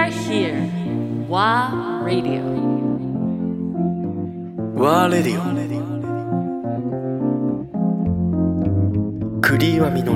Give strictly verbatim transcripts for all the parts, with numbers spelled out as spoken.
are here. WA Radio. WA Radio。栗岩実。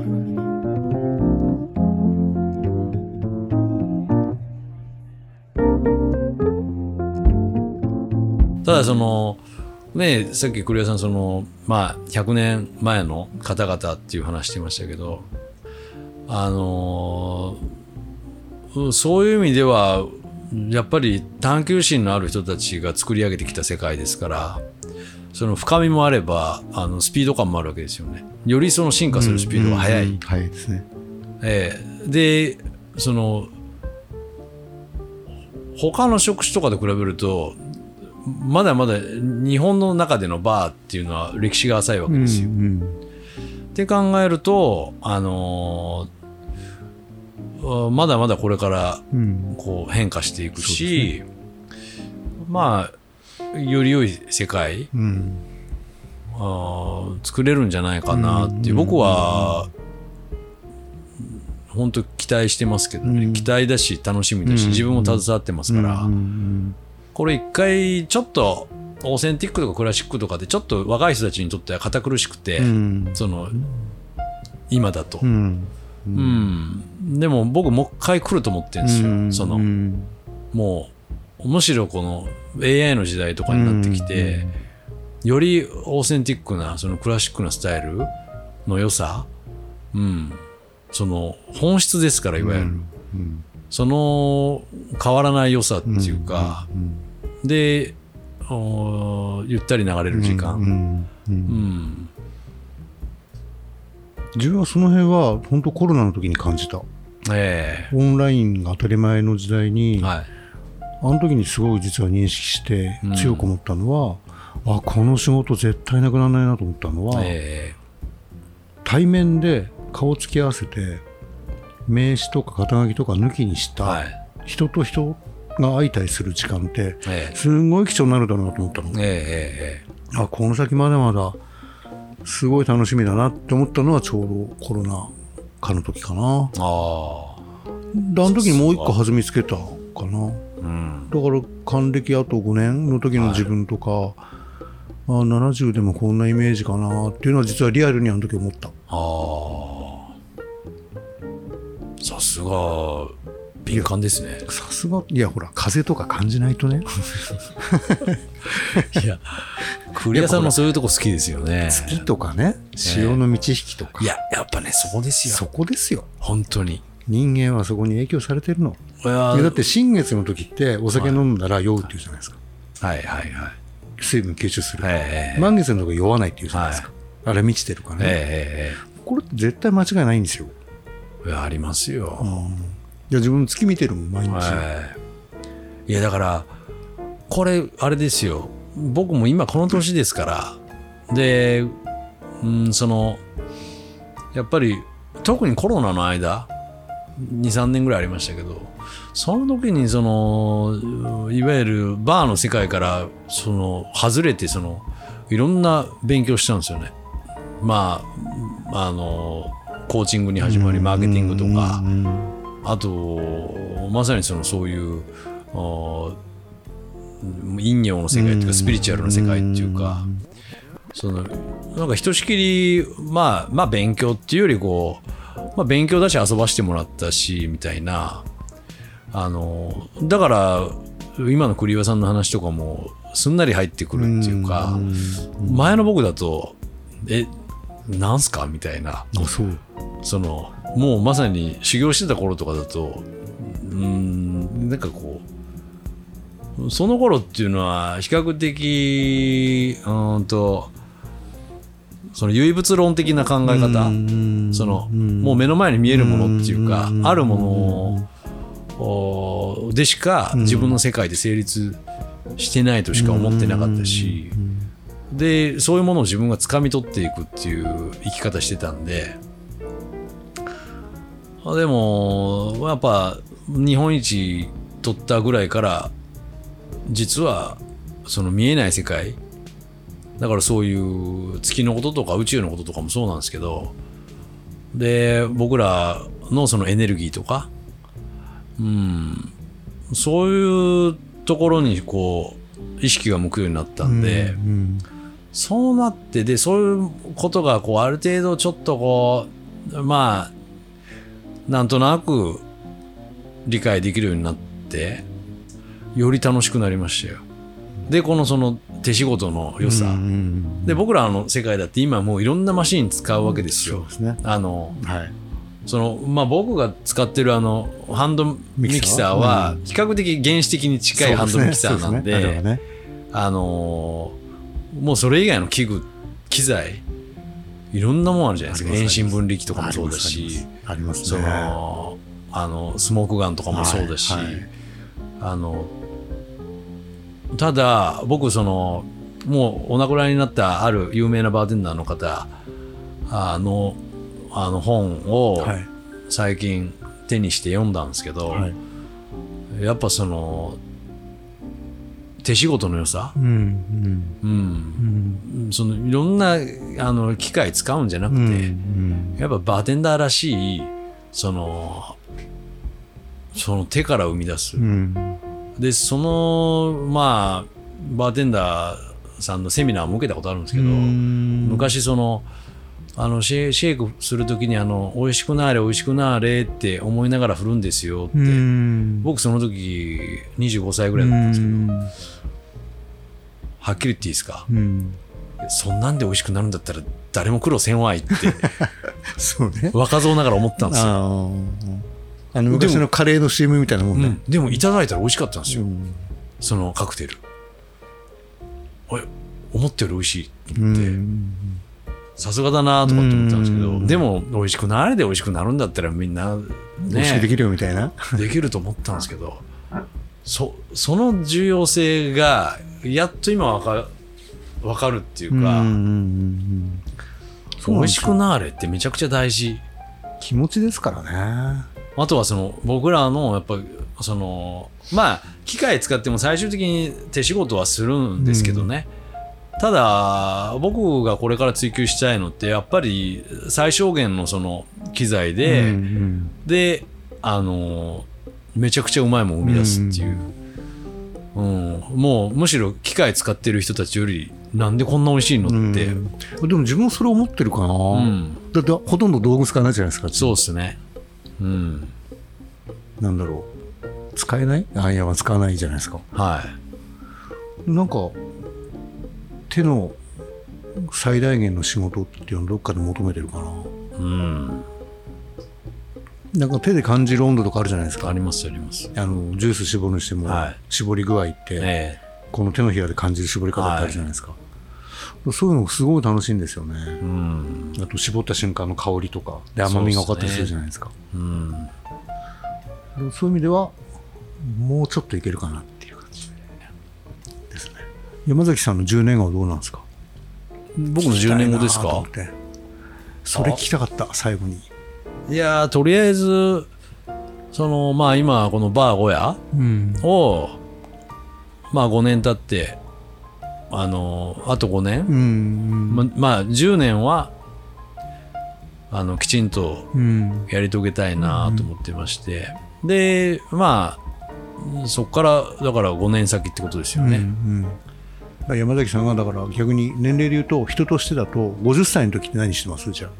ただそのね、さっき栗岩さんそのまあひゃくねんまえの方々っていう話してましたけど、あのー、そういう意味ではやっぱり探求心のある人たちが作り上げてきた世界ですから、その深みもあればあのスピード感もあるわけですよね。よりその進化するスピードが速い、 うんうん、速いですね。 えー、でその他の職種とかで比べるとまだまだ日本の中でのバーっていうのは歴史が浅いわけですよ、うんうん、って考えると、あのー、まだまだこれからこう変化していくし、うんね、まあより良い世界、うん、あ作れるんじゃないかなっていう、僕は本当期待してますけどね、うん、期待だし楽しみだし、自分も携わってますから、うんうんうん、これ一回ちょっとオーセンティックとかクラシックとかでちょっと若い人たちにとっては堅苦しくて、うん、その今だと、うんうんうん、でも僕もう一回来ると思ってるんですよ、うん、そのもうむしろこの エーアイ の時代とかになってきて、うん、よりオーセンティックなそのクラシックなスタイルの良さ、うん、その本質ですから、いわゆる、うんうん、その変わらない良さっていうか、うんうんうん、でゆったり流れる時間、うんうんうんうん、 自分はその辺は本当コロナの時に感じた、えー、オンラインが当たり前の時代に、はい、あの時にすごい実は認識して強く思ったのは、うん、あこの仕事絶対なくならないなと思ったのは、えー、対面で顔つき合わせて名刺とか肩書きとか抜きにした人と人が相対する時間ってすごい貴重になるだろうなと思ったの、えーえー、あこの先まだまだすごい楽しみだなって思ったのはちょうどコロナ禍の時かな。あであの時にもう一個弾みつけたかな、うん、だから還暦あとごねんの時の自分とか、はい、あななじゅうでもこんなイメージかなっていうのは実はリアルにあの時思った。あさすが敏感ですね。 さすがいやほら風とか感じないとねいや栗屋さんもそういうとこ好きですよね。 月とかね潮の満ち引きとか、 ね、いややっぱねそこですよ。 そこですよ本当に。 人間はそこに影響されてるの。いやだって新月の時ってお酒飲んだら酔うっていうじゃないですか。はいはいはい。水分吸収する。はい、満月の時酔わないっていうじゃないですか。はい、あれ満ちてるからね、えー。これって絶対間違いないんですよ。 いやありますよ。 うん、いや自分月見てるもん毎日。 はい、いやだからこれあれですよ。僕も今この年ですからで、うん、そのやっぱり特にコロナの間 に,さん 年ぐらいありましたけど、その時にそのいわゆるバーの世界からその外れてそのいろんな勉強したんですよね。まああのコーチングに始まりマーケティングとか、あとまさにそのそういう陰陽の世界というかスピリチュアルな世界っていうか、そのなんかひとしきりまあまあ勉強っていうよりこう、まあ、勉強だし遊ばしてもらったしみたいな、あのだから今の栗岩さんの話とかもすんなり入ってくるっていうか、前の僕だとえなんすかみたいな、あそうそのもうまさに修行してた頃とかだとうーんなんかこうその頃っていうのは比較的うーんとその唯物論的な考え方、そのもう目の前に見えるものっていうかあるものでしか自分の世界で成立してないとしか思ってなかったし、でそういうものを自分が掴み取っていくっていう生き方してたんで、でもやっぱ日本一取ったぐらいから実はその見えない世界だから、そういう月のこととか宇宙のこととかもそうなんですけど、で僕らのそのエネルギーとか、うんそういうところにこう意識が向くようになったんで、うんうん、そうなってでそういうことがこうある程度ちょっとこうまあなんとなく理解できるようになってより楽しくなりましたよ。でこのその手仕事の良さ、うんうんうん、で僕らの世界だって今もういろんなマシン使うわけですよ。そうですね。あの、はい、そのまあ僕が使ってるあのハンドミキサーは比較的原始的に近いハンドミキサーなんで、ねね、あのもうそれ以外の器具機材いろんなもんあるじゃないですか。遠心分離機とかもそうだし、 ありますね。 そのあのスモークガンとかもそうだし、はいはい、あのただ僕そのもうお亡くなりになったある有名なバーテンダーの方あのあの本を最近手にして読んだんですけど、はい、やっぱその手仕事の良さ、うんうんうん、そのいろんなあの機械使うんじゃなくて、うんうん、やっぱバーテンダーらしいそのその手から生み出す、うん、でそのまあバーテンダーさんのセミナーも受けたことあるんですけど、昔そのあのシェシェイクするときにあの美味しくなーれ美味しくなーれって思いながら振るんですよって、僕その時にじゅうごさいぐらいだったんですけど、はっきり言っていいですか、そんなんで美味しくなるんだったら誰も苦労せんわいってそう、ね、若造ながら思ったんですよ。ああの昔のカレーの シーエム みたいなもんね。 でもいただいたら美味しかったんですよ、そのカクテル。思ったより美味しいと思ってさすがだなとかって思ったんですけど、でも美味しくなれで美味しくなるんだったらみんな、ね、 美味しくできるよみたいなできると思ったんですけど、そ, その重要性がやっと今分か、分かるっていうか、うんうんうん、美味しくなれってめちゃくちゃ大事。 気持ちですからね。 あとはその僕らのやっぱそのまあ機械使っても最終的に手仕事はするんですけどね、うん、ただ僕がこれから追求したいのってやっぱり最小限のその機材で、うんうん、であのめちゃくちゃうまいもん生み出すっていう、うんうん、もうむしろ機械使ってる人たちよりなんでこんな美味しいのって、うん、 でも自分それ思ってるかな、うん、だってほとんど道具使わないじゃないですか。 そうですね、うん、 なんだろう、使えないアイアンは使わないじゃないですか。 はい。 なんか手の最大限の仕事っていうのをどっかで求めてるかな。うん。なんか手で感じる温度とかあるじゃないですか。 ありますあります。 あのジュース絞るにしても、はい、絞り具合って、えー、この手のひらで感じる絞り方ってあるじゃないですか。はい、そういうのすごい楽しいんですよね。うん。あと絞った瞬間の香りとかで甘みが分かったりするじゃないですか。そうですね。うん。そういう意味ではもうちょっといけるかなっていう感じですね。山崎さんのじゅうねんごはどうなんですか。 僕のじゅうねんごですか。 それ聞きたかった最後に。 いやとりあえずそのまあ今このバーゴヤを、うん、まあごねん経ってあのあとごねん、うんうん、ま, まあじゅうねんはあのきちんとやり遂げたいなと思ってまして、うん、でまあそこからだからごねん先ってことですよね、うんうん、山崎さんがだから逆に年齢で言うと人としてだとごじゅっさいの時って何してますじゃあ。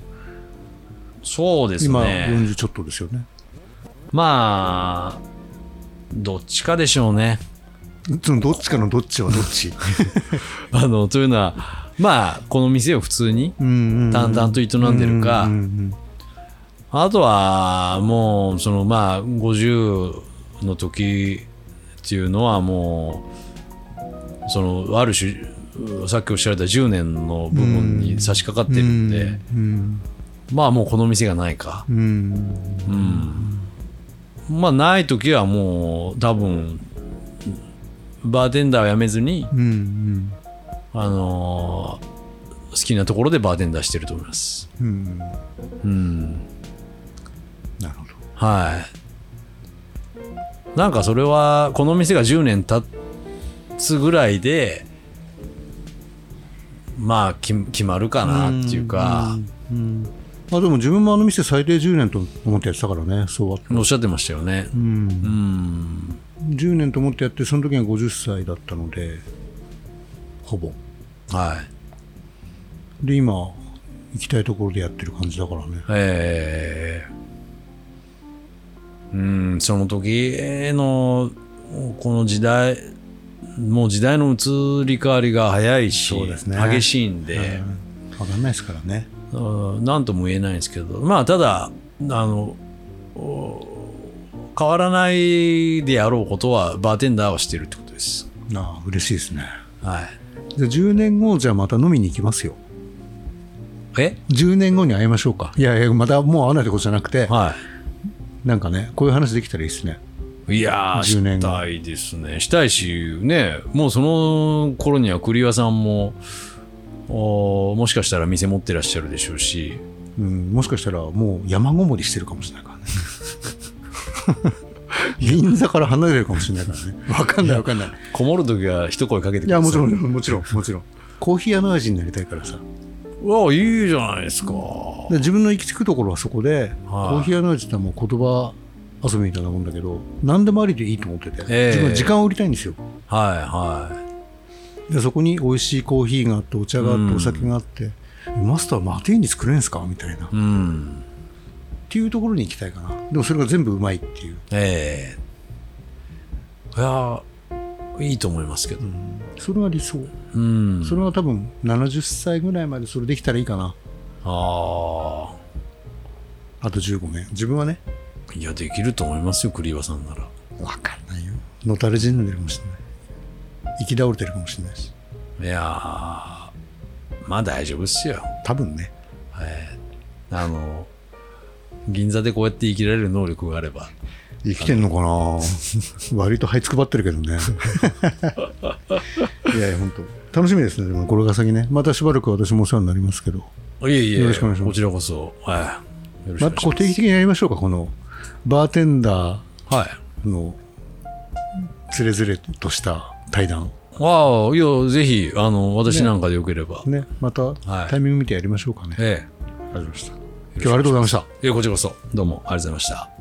そうですね、 今よんじゅうちょっとですよね。 まあどっちかでしょうね。 そのどっちかのどっちはどっちあのというのはまあこの店を普通に淡々と営んでるか、あとはもうそのまあごじゅうの時っていうのはもうそのある種さっきおっしゃられたじゅうねんの部分に差し掛かってるんで、まあもうこの店がないか、うん、まあない時はもう多分バーテンダーをやめずに、うんうん、あのー、好きなところでバーテンダーしてると思います。うん、うん、 なるほど。 はい。なんかそれはこの店がじゅうねん経つぐらいでまあ決まるかなっていうか、うんうんうん、 あでも自分もあの店最低じゅうねんと思ってやってたからね。そうおっしゃってましたよね。 うん、うん、じゅうねんと思ってやって、その時はごじゅっさいだったのでほぼ、 はい、 で今行きたいところでやってる感じだからね。 えー、うんその時のこの時代、もう時代の移り変わりが早いし、そうですね、激しいんで、 うん、分かんないですからね。 何とも言えないんですけど、まあただあの変わらないであろうことはバーテンダーはしてるってことです。 ああ嬉しいですね。 はい。 じゃあじゅうねんごじゃあまた飲みに行きますよ。 えじゅうねんごに会いましょうか。いやいやまたもう会わないってことじゃなくて、 はい、 なんかねこういう話できたらいいですね。 いやーしたいですね。したいしね、もうその頃には栗輪さんもおもしかしたら店持ってらっしゃるでしょうし、 うん、もしかしたらもう山ごもりしてるかもしれないからね銀座から離れるかもしれないからね。分かんない分かんない。 こもるときは一声かけてください。 いやもちろんもちろんもちろんコーヒー屋の味になりたいからさ。 うわいいじゃないですか。 で自分の行き着くところはそこで、はい、コーヒー屋の味ってもう言葉遊びみたいなもんだけど何でもありでいいと思ってて、えー、自分は時間を売りたいんですよ。 はいはいでそこに美味しいコーヒーがあってお茶があってお酒があって、うん、マスターマティーニ作れんすかみたいな、うん、っていうところに行きたいかな。でもそれが全部うまいっていう。ええー、いやいいと思いますけど、うん、 それは理想、うん、それは多分ななじゅっさいぐらいまでそれできたらいいかな。ああとじゅうごねん自分はね。 いやできると思いますよ栗輪さんなら。 分かんないよ。のたれ死んでるかもしれない。生き倒れてるかもしれないし。 いやまあ大丈夫っすよ多分ね、 えー、あの銀座でこうやって生きられる能力があれば。 生きてんのかな割と這いつくばってるけどねいやいや本当楽しみですね。でもこれが先ね、またしばらく私もお世話になりますけど。 いえいえよろしくお願いします。 こちらこそ、はい、よろしくお願いします。またこう定期的にやりましょうか。このバーテンダーのつれづれとした対談。 ああいやぜひあの私なんかでよければね, ねまたタイミング見てやりましょうかね。 はい、ええ、 ありがとうございました。今日はありがとうございました。 いやこちらこそどうもありがとうございました。